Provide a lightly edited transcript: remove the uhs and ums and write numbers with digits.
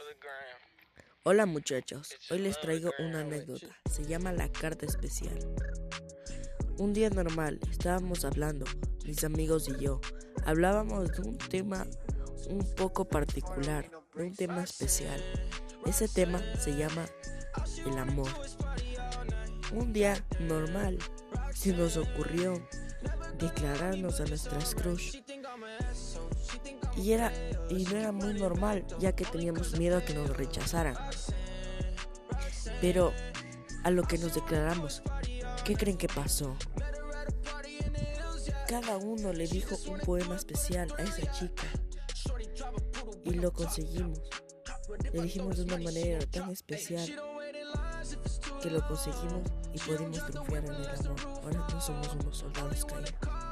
Hola muchachos, hoy les traigo una anécdota, se llama la carta especial. Un día normal, estábamos hablando, mis amigos y yo, hablábamos de un tema un poco particular, de un tema especial. Ese tema se llama el amor. Un día normal, se nos ocurrió declararnos a nuestras crush. Y no era muy normal, ya que teníamos miedo a que nos rechazaran. Pero a lo que nos declaramos, ¿qué creen que pasó? Cada uno le dijo un poema especial a esa chica y lo conseguimos. Le dijimos de una manera tan especial que lo conseguimos y pudimos triunfar en el amor. Ahora no somos unos soldados caídos.